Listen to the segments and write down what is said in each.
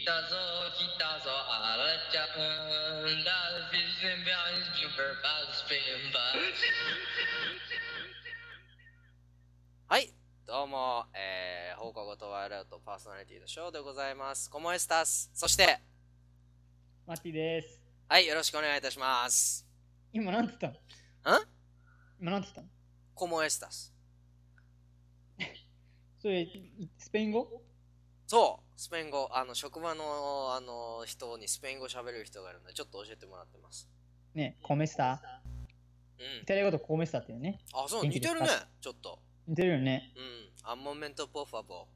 たぞあらちゃんだフィズンバーズジュンバーバーズスペインバーはい、どうも、放課後とワイルドパーソナリティのショーでございます。コモエスタス。そして、 マッティです。 はい、よろしくお願いいたします。 今なんて言ったの？今なんて言ったの？ コモエスタス。 それ、スペイン語？ そう、スペイン語。職場の、人にスペイン語喋れる人がいるので、ちょっと教えてもらってます。 ね、コメスタ。イタリア語とコメスタっていうね。 あ、そう、似てるね、ちょっと。 似てるよね。 アンモメントポーファボ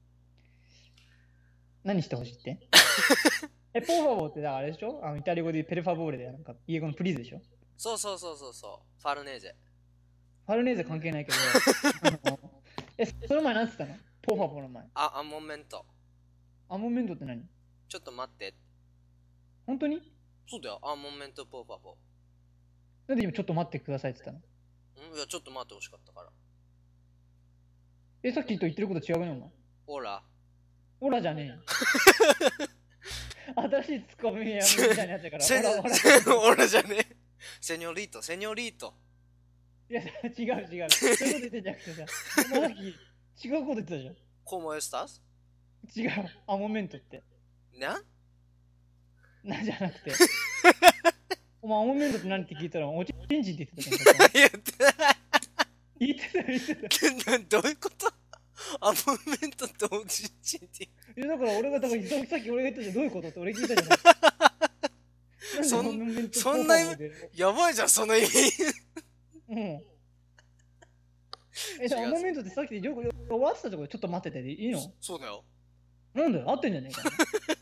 何してほしいってポーファボーってだからあれでしょ？イタリア語でペルファボーレで、なんか、英語のプリーズでしょ？ そう。ファルネーゼ。 ファルネーゼ関係ないけど、その前なんて言ったの？ポーファボーの前。 アンモメント。 アモメントって何？ ちょっと待って。 本当に？ そうだよ、アンモメントポーファボなんで今ちょっと待ってくださいって言ったの？ いや、ちょっと待ってほしかったから。 さっきと言ってること違うね、お前。 ほら。 オラじゃねえよ。新しいツッコミやみたいなやつだから。 オラじゃねえ。セニョリート。 いや、違う。そういうこと言ってんじゃなくてさ、お前さっき違うこと言ってたじゃん。 コモエスタス？ 違う、アモメントって。なんじゃなくて。お前、アモメントって何って聞いたら、おちんちんって言ってたじゃん。 言ってない。 言ってた。 どういうこと？アモメントっておちんちんってだから俺が、さっき俺が言ったじゃん、どういうことって俺聞いたじゃん。 そんな意味、やばいじゃん、その意味。 うん。アモメントってさっきで終わってたところでちょっと待ってていいの？ そうだよ。 なんだよ、合ってんじゃねえか。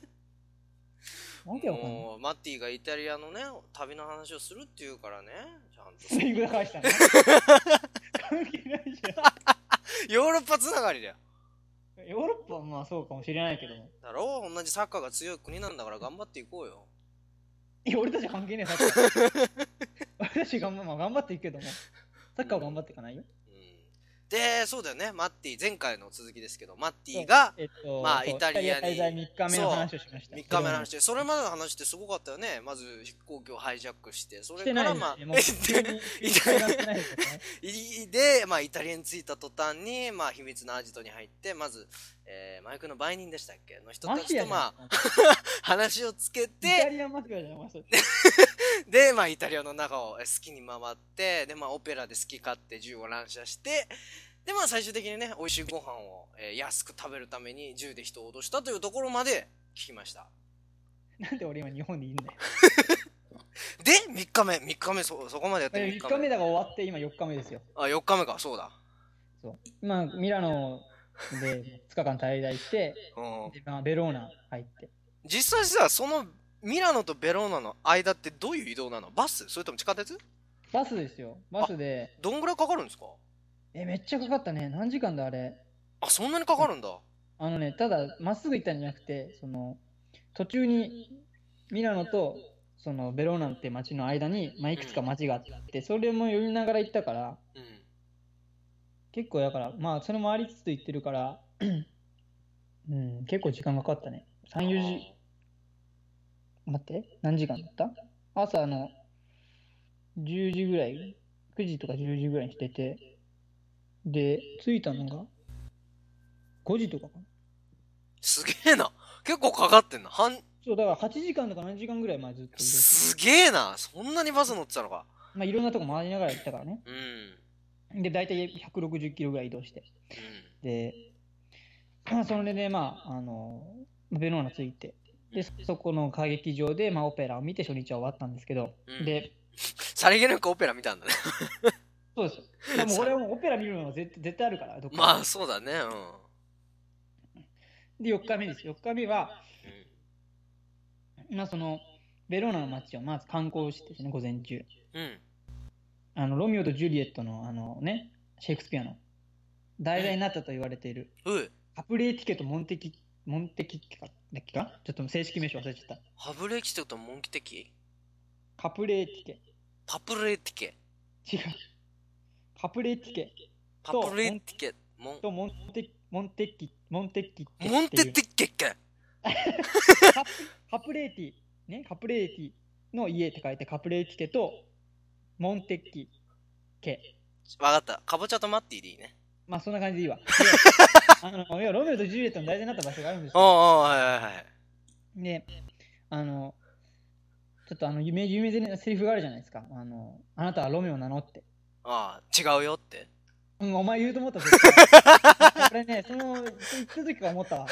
もうマッティがイタリアのね、旅の話をするって言うからね、ちゃんと。 スペイン語で返したね。関係ないじゃん。 ヨーロッパつながりだよ。 ヨーロッパはまあそうかもしれないけども。 だろう？同じサッカーが強い国なんだから頑張っていこうよ。 いや、俺たち関係ねえ、サッカー。俺たち頑張っていくけども、サッカーは頑張っていかないよ。 で、そうだよね、マッティ、前回の続きですけど、マッティが、まあ、イタリアに。 滞在3日目の話をしました。 3日目の話で、それまでの話ってすごかったよね。まず飛行機をハイジャックして、それからまあ、で、まあ、イタリアに着いた途端に、まあ、秘密のアジトに入って、まず、マイクの売人でしたっけの人たちと、まあ、話をつけて、 イタリアマフィアじゃん、 で、まあ、イタリアの中を好きに回って、で、まあ、オペラで好き勝手銃を乱射して、で、まあ、最終的にね、美味しいご飯を、安く食べるために銃で人を脅したというところまで聞きました。 なんで俺今日本にいんだよ。 で、3日目、そこまでやって 3日目だが終わって、今4日目ですよ。 あ、4日目か、そうだ。 そう。まあ、ミラノで2日間滞在して、で、まあ、ベローナ入って。 実際さ、そのミラノとベローナの間ってどういう移動なの？バス？それとも地下鉄？ バスですよ。バスで。 どんぐらいかかるんですか？ めっちゃかかったね。何時間だあれ。 あ、そんなにかかるんだ。 ただ、まっすぐ行ったんじゃなくて、途中にミラノと、ベローナって町の間に、まあ、いくつか町があって、それも寄りながら行ったから、結構だから、まあ、それもありつつ行ってるから、結構時間かかったね。3、4時。待って、何時間だった？朝10時ぐらい、9時とか10時ぐらいにしてて、で、着いたのが5時とかかな。 すげえな。結構かかってんな。 そう、だから8時間とか何時間ぐらい前ずっと。 すげえな。そんなにバス乗ってたのか。 まあ、いろんなとこ回りながら行ったからね。で、大体160キロぐらい移動して。で、それで、まあ、ベローナ着いて、で、そこの歌劇場で、まあ、オペラを見て初日は終わったんですけど、で、 さりげなくオペラ見たんだね。 そうです。でも俺はもうオペラ見るのは絶対あるから、 まあ、そうだね。 で、4日目です。4日目は、まあ、ベローナの街をまず観光してですね、午前中。ロミオとジュリエットのシェイクスピアの題材になったと言われている、カプレーティケとモンテキッケだっけか？ちょっと正式名称忘れちゃった。 ハブレーティケとモンキテキ？ カプレーティケ。 パプレーティケ。 違う。カプレーティケ。 パプレーティケ。 とモンテッキ。 モンテティケッケ。 カプレーティ、ね、カプレーティの家って書いてカプレーティ家とモンテッキ家。 わかった。かぼちゃとマッティでいいね。 まあそんな感じでいいわ。いやロメオとジュリエットの題材になった場所があるんですおうよ。 おう、はいはいはい。 で、ちょっと有名なセリフがあるじゃないですか。あなたはロメオなのって。 ああ、違うよって。 うん、お前言うと思った絶対。これね、言った時から思ったわ。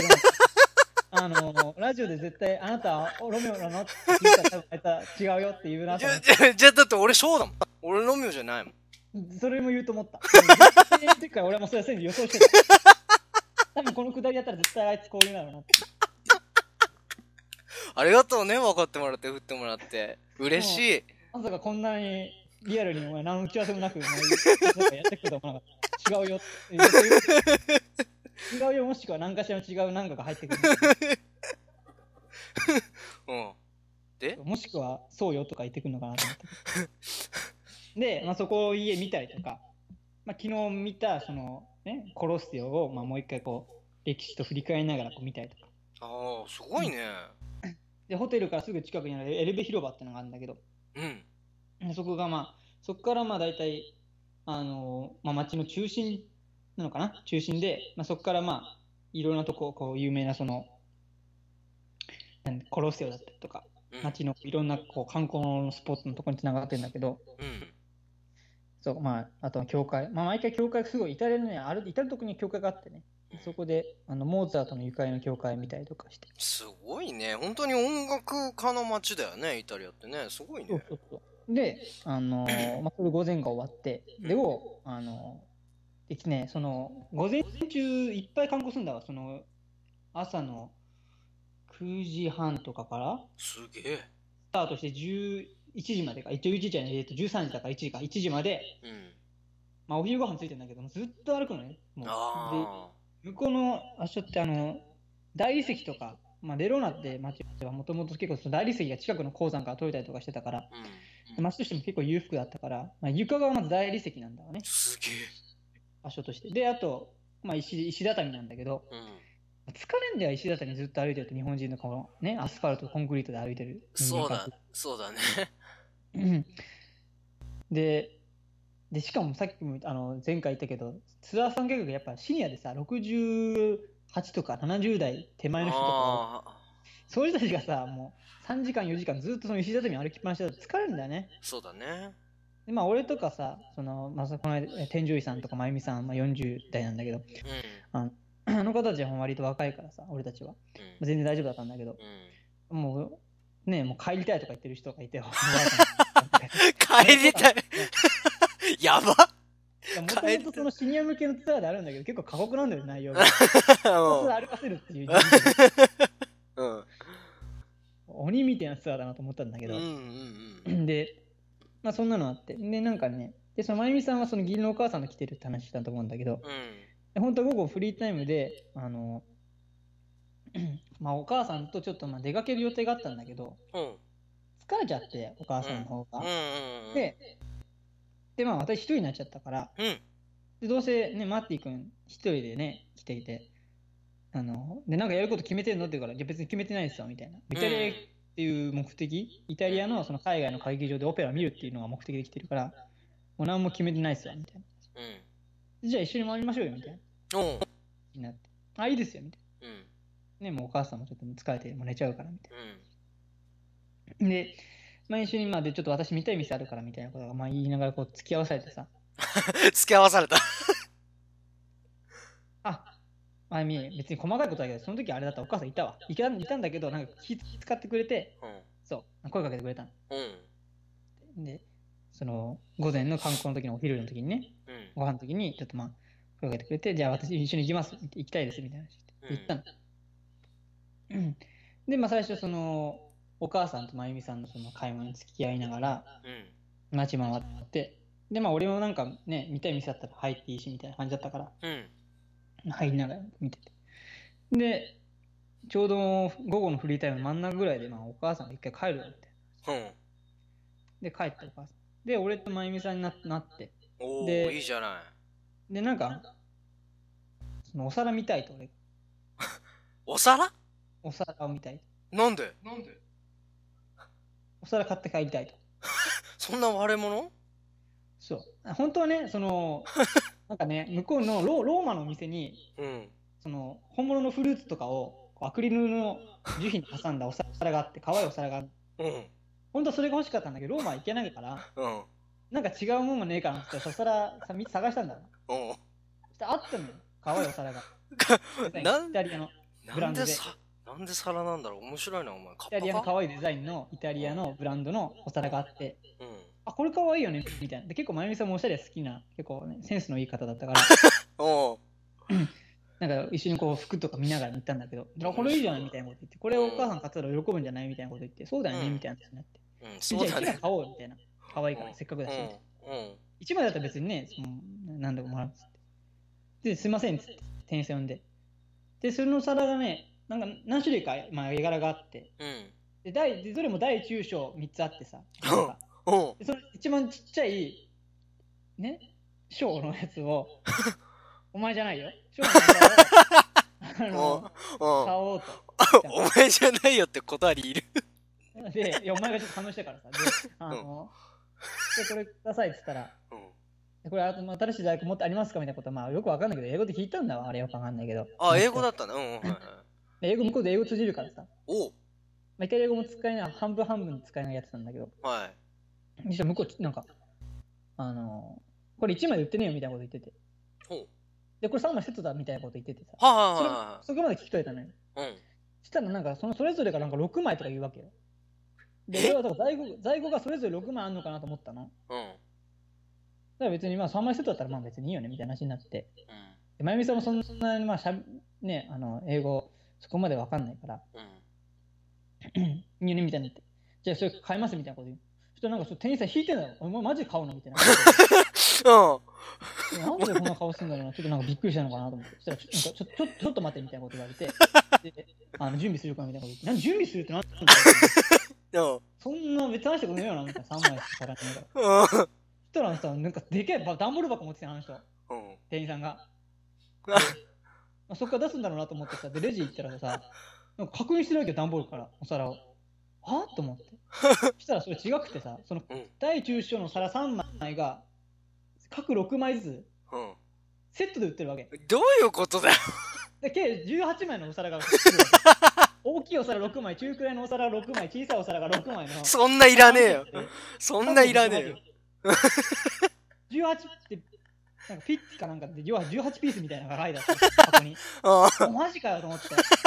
ラジオで絶対あなたはロメオなのって聞いたら多分あいつは違うよって言うなと思って。 じゃあだって俺ショーだもん。俺ロミオじゃないもん。 それも言うと思った。絶対言ってるから俺もそれは全部予想してた。多分このくだりやったら絶対あいつこういうなるなって。 ありがとうね、分かってもらって、振ってもらって。嬉しい。 まさかこんなにリアルにお前何の打ち合わせもなく、やってくると思わなかった。違うよって。違うよ、もしくは何かしらの違う何かが入ってくる。 うん。でもしくはそうよとか言ってくるのかなと思って。で、そこを家見たりとか、昨日見たそのね、コロッセオをもう一回こう歴史と振り返りながらこう見たりとか。 ああ、すごいね。 で、ホテルからすぐ近くにあるエルベ広場ってのがあるんだけど、そこがそこから大体、町の中心なのかな、中心で、そこからいろんなとこ、こう有名なその、コロッセオだったりとか、町のいろんなこう観光のスポットのところにつながってるんだけど、そう、あとは教会、毎回教会すごい至るところに教会があってね、そこでモーツァルトのゆかりの教会見たりとかして。 すごいね。本当に音楽家の街だよね、イタリアってね。すごいね。 そうで、それ午前が終わって、でも、ね、その午前中いっぱい観光するんだわ。その朝の9時半とかからすげえスタートして11時までか、一応11時じゃない、13時だから1時か、1時まで、お昼ご飯ついてるんだけども、ずっと歩くのね。もうで向こうの場所って大理石とか、ベローナって町はもともと結構その大理石が近くの鉱山から取れたりとかしてたから、町としても結構裕福だったから、床がまず大理石なんだよね。 すげえ場所として。で、あと、石畳なんだけど、疲れんだよ、石畳ずっと歩いてると、日本人のこのね、アスファルト、コンクリートで歩いてる人間から。 そうだね。で、しかもさっきも前回言ったけど、ツアー参加客がやっぱシニアでさ、68とか70代手前の人とか、そういう人たちがさ、もう3時間4時間ずっとその石畳歩きっぱなしだと疲れるんだよね。 そうだね。 で俺とかさ、この間天獣医さんとかまゆみさん、40代なんだけど、あの方たちは割と若いからさ、俺たちは、全然大丈夫だったんだけど、もうね、もう帰りたいとか言ってる人がいて帰りたいやば。 もともとそのシニア向けのツアーであるんだけど、結構過酷なんだよ、内容が。歩かせるっていう鬼みたいなツアーだなと思ったんだけど、で、そんなのあって、で、なんかね、で、そのまゆみさんはその義理のお母さんが来てるって話したと思うんだけど、本当は午後フリータイムで、お母さんとちょっと出かける予定があったんだけど、疲れちゃって、お母さんの方が。で、私一人になっちゃったから、でどうせね、マッティ君一人でね、来ていて、で、なんかやること決めてんのって言うから、いや別に決めてないですよ、みたいな。イタリアっていう目的、イタリアのその海外の歌劇場でオペラを見るっていうのが目的で来てるから、もう何も決めてないですよ、みたいな。じゃあ一緒に回りましょうよ、みたいな。になって。あ、いいですよ、みたいな。ね、もうお母さんもちょっと疲れてもう寝ちゃうから、みたいな。で、一緒にでちょっと私見たい店あるからみたいなことが言いながらこう付き合わされてさ。 付き合わされた別に細かいことだけど、その時あれだったらお母さんいたわ。いたんだけど、なんか気使ってくれて、そう、声かけてくれたの。で、その午前の観光の時のお昼の時にね、ご飯の時にちょっと声かけてくれて、じゃあ私一緒に行きます、行きたいですみたいな言ったの。で、最初そのお母さんとまゆみさんのその会話に付き合いながら、街回って、で、俺もなんかね、見たい店だったら入っていいしみたいな感じだったから、入りながら見てて。で、ちょうど午後のフリータイム真ん中ぐらいで、お母さんが一回帰るよみたいな。で、帰ってお母さん。で、俺とまゆみさんになって。 で、いいじゃない。 で、なんか、そのお皿見たいと俺が。 お皿お皿を見たい。 なんでお皿買って帰りたいと。 そんな割れ物？ そう。本当はね、なんかね、向こうのローマのお店に、 うん。 本物のフルーツとかをこうアクリルの樹皮に挟んだお皿があって、可愛いお皿があって、 うん。 本当はそれが欲しかったんだけど、ローマは行けないから、 うん。 なんか違うもんがねえかなって言って、お皿見て探したんだろ。 うん。 そしたらあったのよ、可愛いお皿が。イタリアのブランドで。 なんで皿なんだろう？面白いな、お前。 イタリアの可愛いデザインのイタリアのブランドのお皿があって、 うん。 あ、これ可愛いよね、みたいな。で、結構、まゆみさんもおしゃれ好きな、結構ね、センスのいい方だったから、 おう。 なんか一緒にこう服とか見ながら行ったんだけど、これいいじゃないみたいなこと言って、これをお母さん買ったら喜ぶんじゃないみたいなこと言って、そうだよね、みたいな話になって。 うん、 じゃあ1枚買おうみたいな。可愛いから、せっかくだし。1枚だったら別にね、何でももらうっつって。で、すいませんっつって、店員さん呼んで。で、その皿がね、なんか何種類か、まあ、絵柄があって、でどれも大中小3つあってさ、でその一番ちっちゃい、ね、小のやつを、お前じゃないよ。小のやつを、買おうと。 お前じゃないよって断りいる。 で、いや、お前がちょっと反応したからさ。で、これくださいって言ったら、これ新しい大学持ってありますかみたいなことは、まあよくわかんないけど、英語で聞いたんだわ、あれよくわかんないけど。 あ、英語だったね。 英語、向こうで英語通じるからさ。 おう。 イタリア語も使えない、半分半分使えないやつなんだけど。 はい。 実は向こう、なんか、これ1枚で売ってねえよみたいなこと言ってて。で、これ3枚セットだみたいなこと言っててさ。そこまで聞き取れたのよ。そしたらなんか、それぞれがなんか6枚とか言うわけよ。で、俺はだから在庫がそれぞれ6枚あんのかなと思ったの。だから別にまあ3枚セットだったらまあ別にいいよねみたいな話になって。で、まゆみさんもそんなにまあね、英語そこまでわかんないから、いいよねみたいになって。じゃあそれ買いますみたいなこと言う。そしたらなんか店員さん引いてんだよ。お前マジで買うのみたいな。なんでこんな顔してんだろうな。ちょっとなんかびっくりしたのかなと思って。そしたらちょっと待ってみたいなこと言われて、で準備するかみたいなこと言って、何準備するってなんだよ。そんな別に話してくんねえよなみたいな。3枚しか買ってないから。そしたらさ、なんかでけえ段ボール箱持ってきた話と。店員さんが。そっから出すんだろうなと思ってさ、で、レジ行ったらさ、なんか確認してるわけよ、段ボールから、お皿を。はと思って。そしたらそれ違くてさ、その大中小の皿3枚が、各6枚ずつ、セットで売ってるわけ。 どういうことだよ。 で、計18枚のお皿が大きいお皿6枚、中くらいのお皿6枚、小さいお皿が6枚の。 そんないらねえよ。そんないらねえよ。 18って、なんかピッチかなんかで18ピースみたいなのが書いてあった、箱に。マジかよと思って。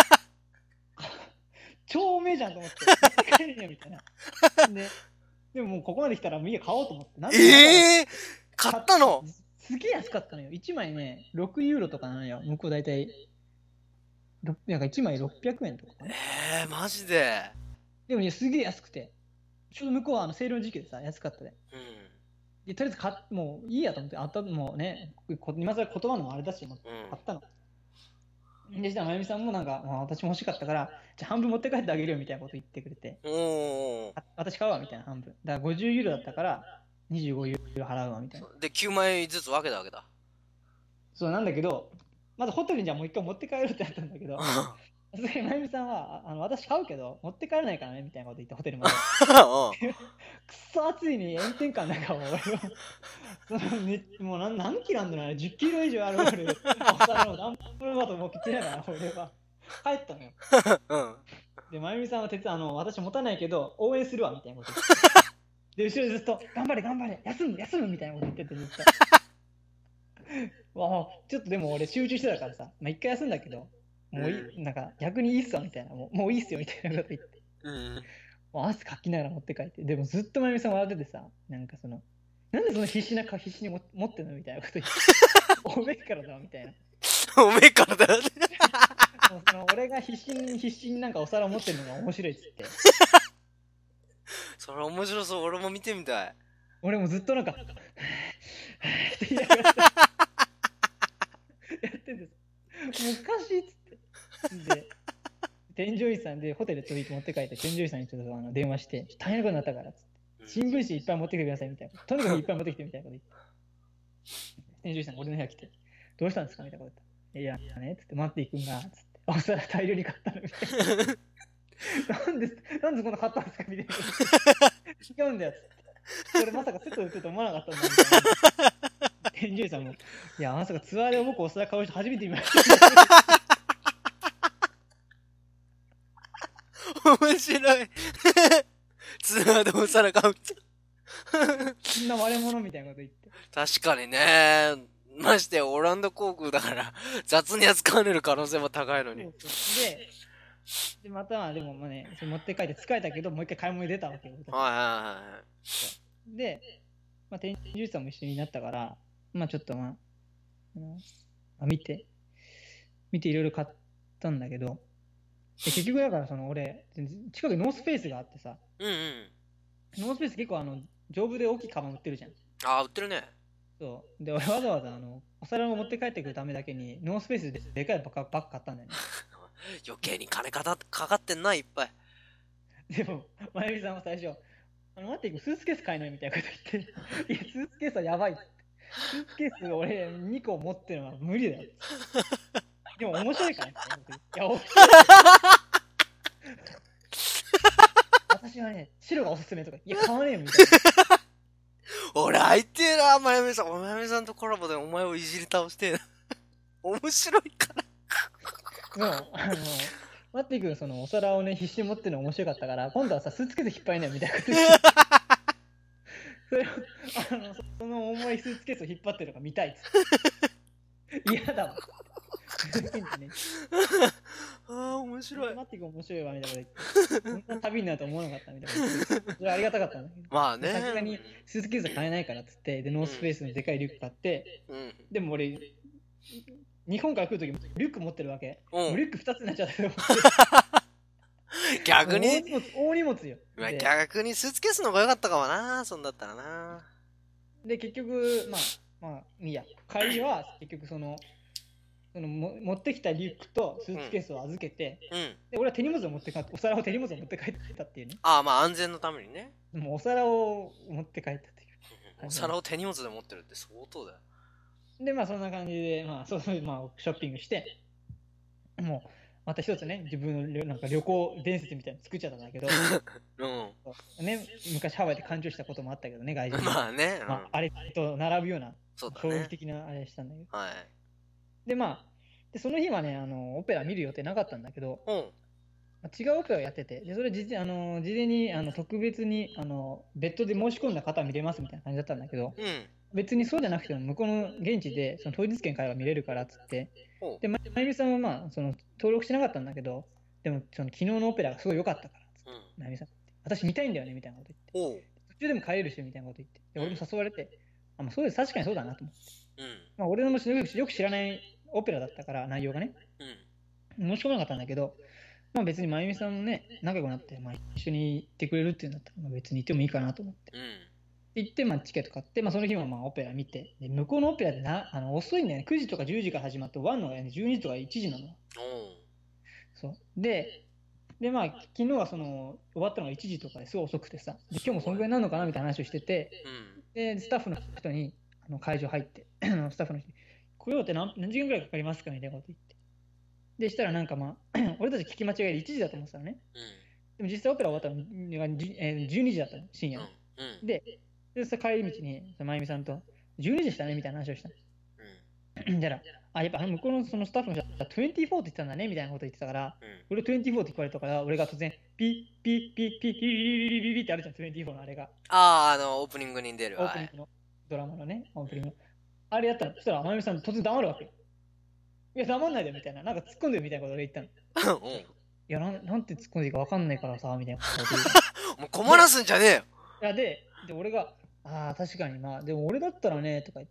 超うめえじゃんと思って。買えねえよみたいな。でももうここまで来たらもういいや買おうと思って。 買ったの？ すげえ安かったのよ。1枚ね、6ユーロとかなのよ。向こう大体。なんか1枚600円とか。 マジで。 でもね、すげえ安くて。ちょうど向こうはセールの時期でさ、安かったで。でとりあえずもういいやと思って、もうね、今更言葉のもあれだし、買ったの。でしたらまゆみさんもなんか、私も欲しかったから、じゃあ半分持って帰ってあげるよみたいなこと言ってくれて、私買うわみたいな半分。だから50ユーロだったから25ユーロ払うわみたいな。で、 9枚ずつ分けたわけだ。 そうなんだけど、まずホテルにじゃあもう一回持って帰るってなったんだけど、さすがにまゆみさんは私買うけど持って帰れないからねみたいなこと言ってホテルまで。くそ暑いに炎天下の中を俺はもう何キロあんだろうね、10キロ以上ある俺お皿のダンボールバト持ってきながら俺は帰ったのよ。でまゆみさんは私持たないけど応援するわみたいなこと言ってで後ろでずっと頑張れ頑張れ休むみたいなこと言っててずっとちょっとでも俺集中してたからさ、一回休んだけどもうなんか逆にいいっすわみたいな、もういいっすよみたいなこと言って、もう汗かきながら持って帰って、でもずっとまゆみさん笑っててさ、なんでその必死に持ってんのみたいなこと言っておめえからだみたいなおめえからだって俺が必死になんかお皿持ってるのが面白いっつってそれ面白そう、俺も見てみたい。 俺もずっとなんかって言いながらやってんです。もうおかしいっつってで添乗員さんでホテル続いて持って帰って添乗員さんにちょっと電話して大変なことになったからっつって、新聞紙いっぱい持ってきてくださいみたいな、とにかくいっぱい持ってきてみたいなこと言って添乗員さんが俺の部屋来てどうしたんですかみたいなこと言った、いやねっつって待っていくんだっつってお皿大量に買ったのみたいな。なんでこんな買ったんですかみたいな。違うんだよっつって。これまさかセットで売ってると思わなかったんだみたいな。店従さんも、いや、まさかツアーで僕お皿買う人初めて見ました。 面白い。ツアーでお皿買う人。 そんな割れ物みたいなこと言って。 確かにね。ましてオランダ航空だから雑に扱われる可能性も高いのに。 そうそうで、またでもまあね、それ持って帰って疲れたけど、もう一回買い物に出たわけよ。 はいはいはい。 で、まあ、店従さんも一緒になったから、まあちょっと見ていろいろ買ったんだけど、結局だから俺、近くにノースペースがあってさ、 うんうん。 ノースペース結構丈夫で大きいカバン売ってるじゃん。 ああ、売ってるね。 そう。で、俺わざわざお皿を持って帰ってくるためだけに、ノースペースででかいバッグ買ったんだよね。 余計に金かかってんな、いっぱい。 でも、まゆみさんは最初、待って、スーツケース買えないみたいなこと言って、いや、スーツケースはやばいって。スーツケース俺2個持ってるのは無理だよ。でも面白いからね。いや、面白い。私はね、白がおすすめとか、いや、買わねえよみたいな。 俺、相手えな、まゆみさん。まゆみさんとコラボでお前をいじり倒してえな。面白いから。 そう、待っていくお皿をね、必死に持ってるの面白かったから、今度はさ、スーツケース引っ張りなよみたいなこと言って。それを、その重いスーツケースを引っ張ってるのが見たいっつって。嫌だわ。 ああ、面白い。 待っていく面白いわみたいなこと言って。こんな旅になると思わなかったみたいなこと言って。それありがたかったんだけど。 まあね。 さすがにスーツケースは買えないからっつって、で、ノースペースのでかいリュック買って、でも俺、日本から来るときリュック持ってるわけ。リュック2つになっちゃったと思って。 逆に大荷物よ。 逆にスーツケースの方が良かったかもな、そんだったらな。 で、結局、まあ、いいや。帰りは、結局持ってきたリュックとスーツケースを預けて、で俺は手荷物を持って帰って、お皿を手荷物を持って帰ってたっていうね。 ああ、まあ安全のためにね。 もうお皿を持って帰ったっていう。 お皿を手荷物で持ってるって相当だよ。 で、まあそんな感じで、まあショッピングして、もう、また一つね、自分のなんか旅行伝説みたいなの作っちゃったんだけど、ね、昔ハワイで感情したこともあったけどね、外人に。 まあね。 あれと並ぶような、衝撃的なあれしたんだけど。 はい。 で、その日はね、オペラ見る予定なかったんだけど、違うオペラをやってて、でそれ事前に特別にベッドで申し込んだ方は見れますみたいな感じだったんだけど、別にそうじゃなくても向こうの現地で当日券買えば見れるからっつって、でまゆみさんは登録してなかったんだけど、でも昨日のオペラがすごい良かったからっつって、まゆみさん私見たいんだよねみたいなこと言って、途中でも帰れるしみたいなこと言って、で俺も誘われて、そうです、確かにそうだなと思って、俺のよく知らないオペラだったから内容がね、申し込まなかったんだけど、別にまゆみさんもね、仲良くなって、一緒に行ってくれるっていうんだったら、別に行ってもいいかなと思って。行って、チケット買って、その日はオペラ見て、で向こうのオペラで遅いんだよね。9時とか10時から始まって、終わるのが、ね、12時とか1時なの。そう。で、昨日は終わったのが1時とかですごい遅くてさ、で今日もそのぐらいになるのかなみたいな話をしてて、で、スタッフの人に会場入って、スタッフの人に、来ようって何時間ぐらいかかりますかみたいなこと言って。で、したら俺たち聞き間違いで1時だと思ってたのね。でも実際オペラ終わったのが12時だったの、深夜。で、帰り道に、まゆみさんと、12時でしたねみたいな話をしたの。じゃあ、やっぱ向こうのスタッフの人は24って言ってたんだねみたいなこと言ってたから、俺24って言われたから、俺が突然、ピッピッピッピッピッピッピッピッってあるじゃん、24のあれが。 オープニングに出る。 オープニングのドラマのね、オープニングの。あれやったの。そしたら、まゆみさん突然黙るわけ。いや、黙んないでみたいな。なんか突っ込んでるみたいなこと俺言ったの。いや、なんて突っ込んでいいか分かんないからさ、みたいなこと言う。 もう困らすんじゃねえよ。 いや、で、俺が、確かにでも俺だったらね、とか言って、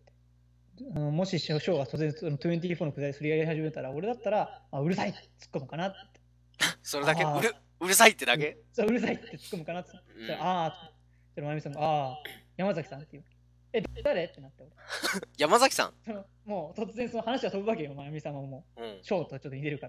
もしショーが突然24のくだりすりやり始めたら、俺だったら、うるさいって突っ込むかなって。 それだけうるさいってだけそう、うるさいって突っ込むかなって。それまゆみさんが、山崎さんっていう。誰ってなって俺。 山崎さんもう突然その話が飛ぶわけよ、まゆみさんはもう。ショーとちょっと似てるから。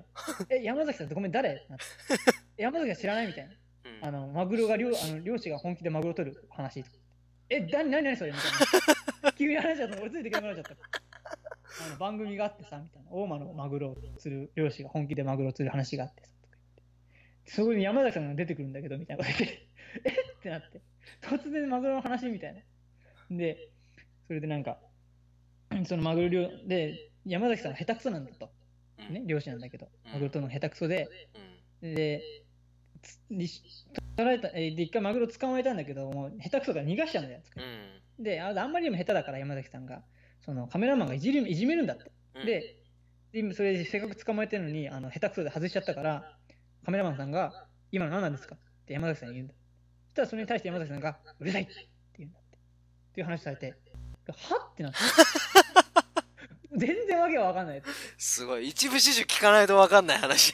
山崎さんってごめん、誰ってなって。山崎は知らないみたいな。マグロが漁師が本気でマグロ取る話とか。何それみたいな。急に話しちゃった。俺ついていけなくなっちゃった。 番組があってさ、みたいな。大間のマグロを釣る、漁師が本気でマグロを釣る話があってさ、とか言って。そこに山崎さんが出てくるんだけど、みたいなこと言って、えってなって、突然マグロの話みたいな。で、それでなんか、そのマグロ漁で、山崎さんが下手くそなんだと。ね、漁師なんだけど、マグロ取るの下手くそで、で、取られた、で、一回マグロ捕まえたんだけど、もう下手くそから逃がしちゃうんだよ。で、あんまりにも下手だから山崎さんが、そのカメラマンがいじめるんだって。で、それでせっかく捕まえてるのに、下手くそで外しちゃったから、カメラマンさんが、今の何なんですかって山崎さんに言うんだ。そしたらそれに対して山崎さんが、うるさいって言うんだって。っていう話されて、はってなって。全然わけがわかんない。 すごい。一部始終聞かないとわかんない話。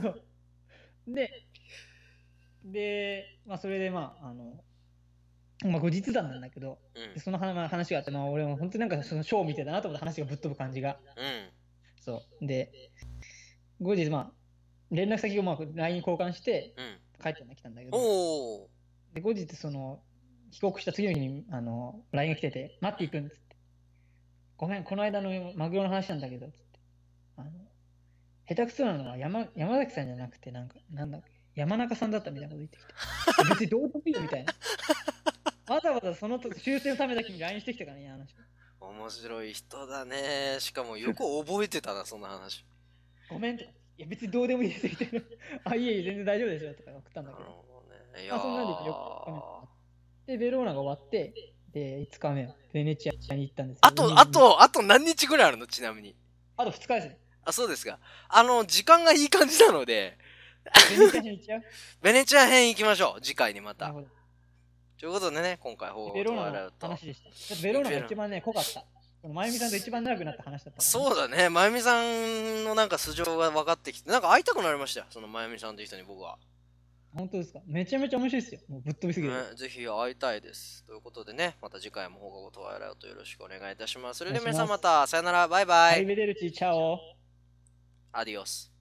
で、まあ、それで、まあ、後日談なんだけど、その話があって、まあ、俺も本当になんかそのショーみたいだなと思って話がぶっ飛ぶ感じが。そう。で、後日、まあ、連絡先をまあ LINE 交換して、帰ってきたんだけど、で、後日、帰国した次の日に、LINE が来てて、待っていくんつって。ごめん、この間のマグロの話なんだけど、つって。下手くそなのは山崎さんじゃなくて、なんだっけ、山中さんだったみたいなこと言ってきて。別にどうでもいいよみたいな。わざわざその修正のためだけに LINE してきたからね、話。 面白い人だね。しかもよく覚えてたな、そんな話。 ごめんとか。いや、別にどうでもいいですみたいな。あ、いえいえ、全然大丈夫ですよとか送ったんだけど。まあ、そんなんでよくで、ベローナが終わって、で、5日目はベネチアに行ったんですよ。 あと何日ぐらいあるのちなみに。 あと2日ですね。 あ、そうですか。時間がいい感じなので、 ベネチア編行っちゃうベネチア編行きましょう。次回にまた。ということでね、今回ベローナの話でした。だってベローナが一番ね、濃かった。まゆみさんと一番長くなった話だった、ね。 そうだね。まゆみさんのなんか素性が分かってきて、なんか会いたくなりましたよ。そのまゆみさんという人に僕は。 本当ですか。めちゃめちゃ面白いですよ。もうぶっ飛びすぎる、 ぜひ会いたいです。ということでね、また次回も放課後トワイライトよろしくお願いいたします。それでは皆さんまた、さよなら、バイバイ。 アリベデルチ、チャオ。 アディオス。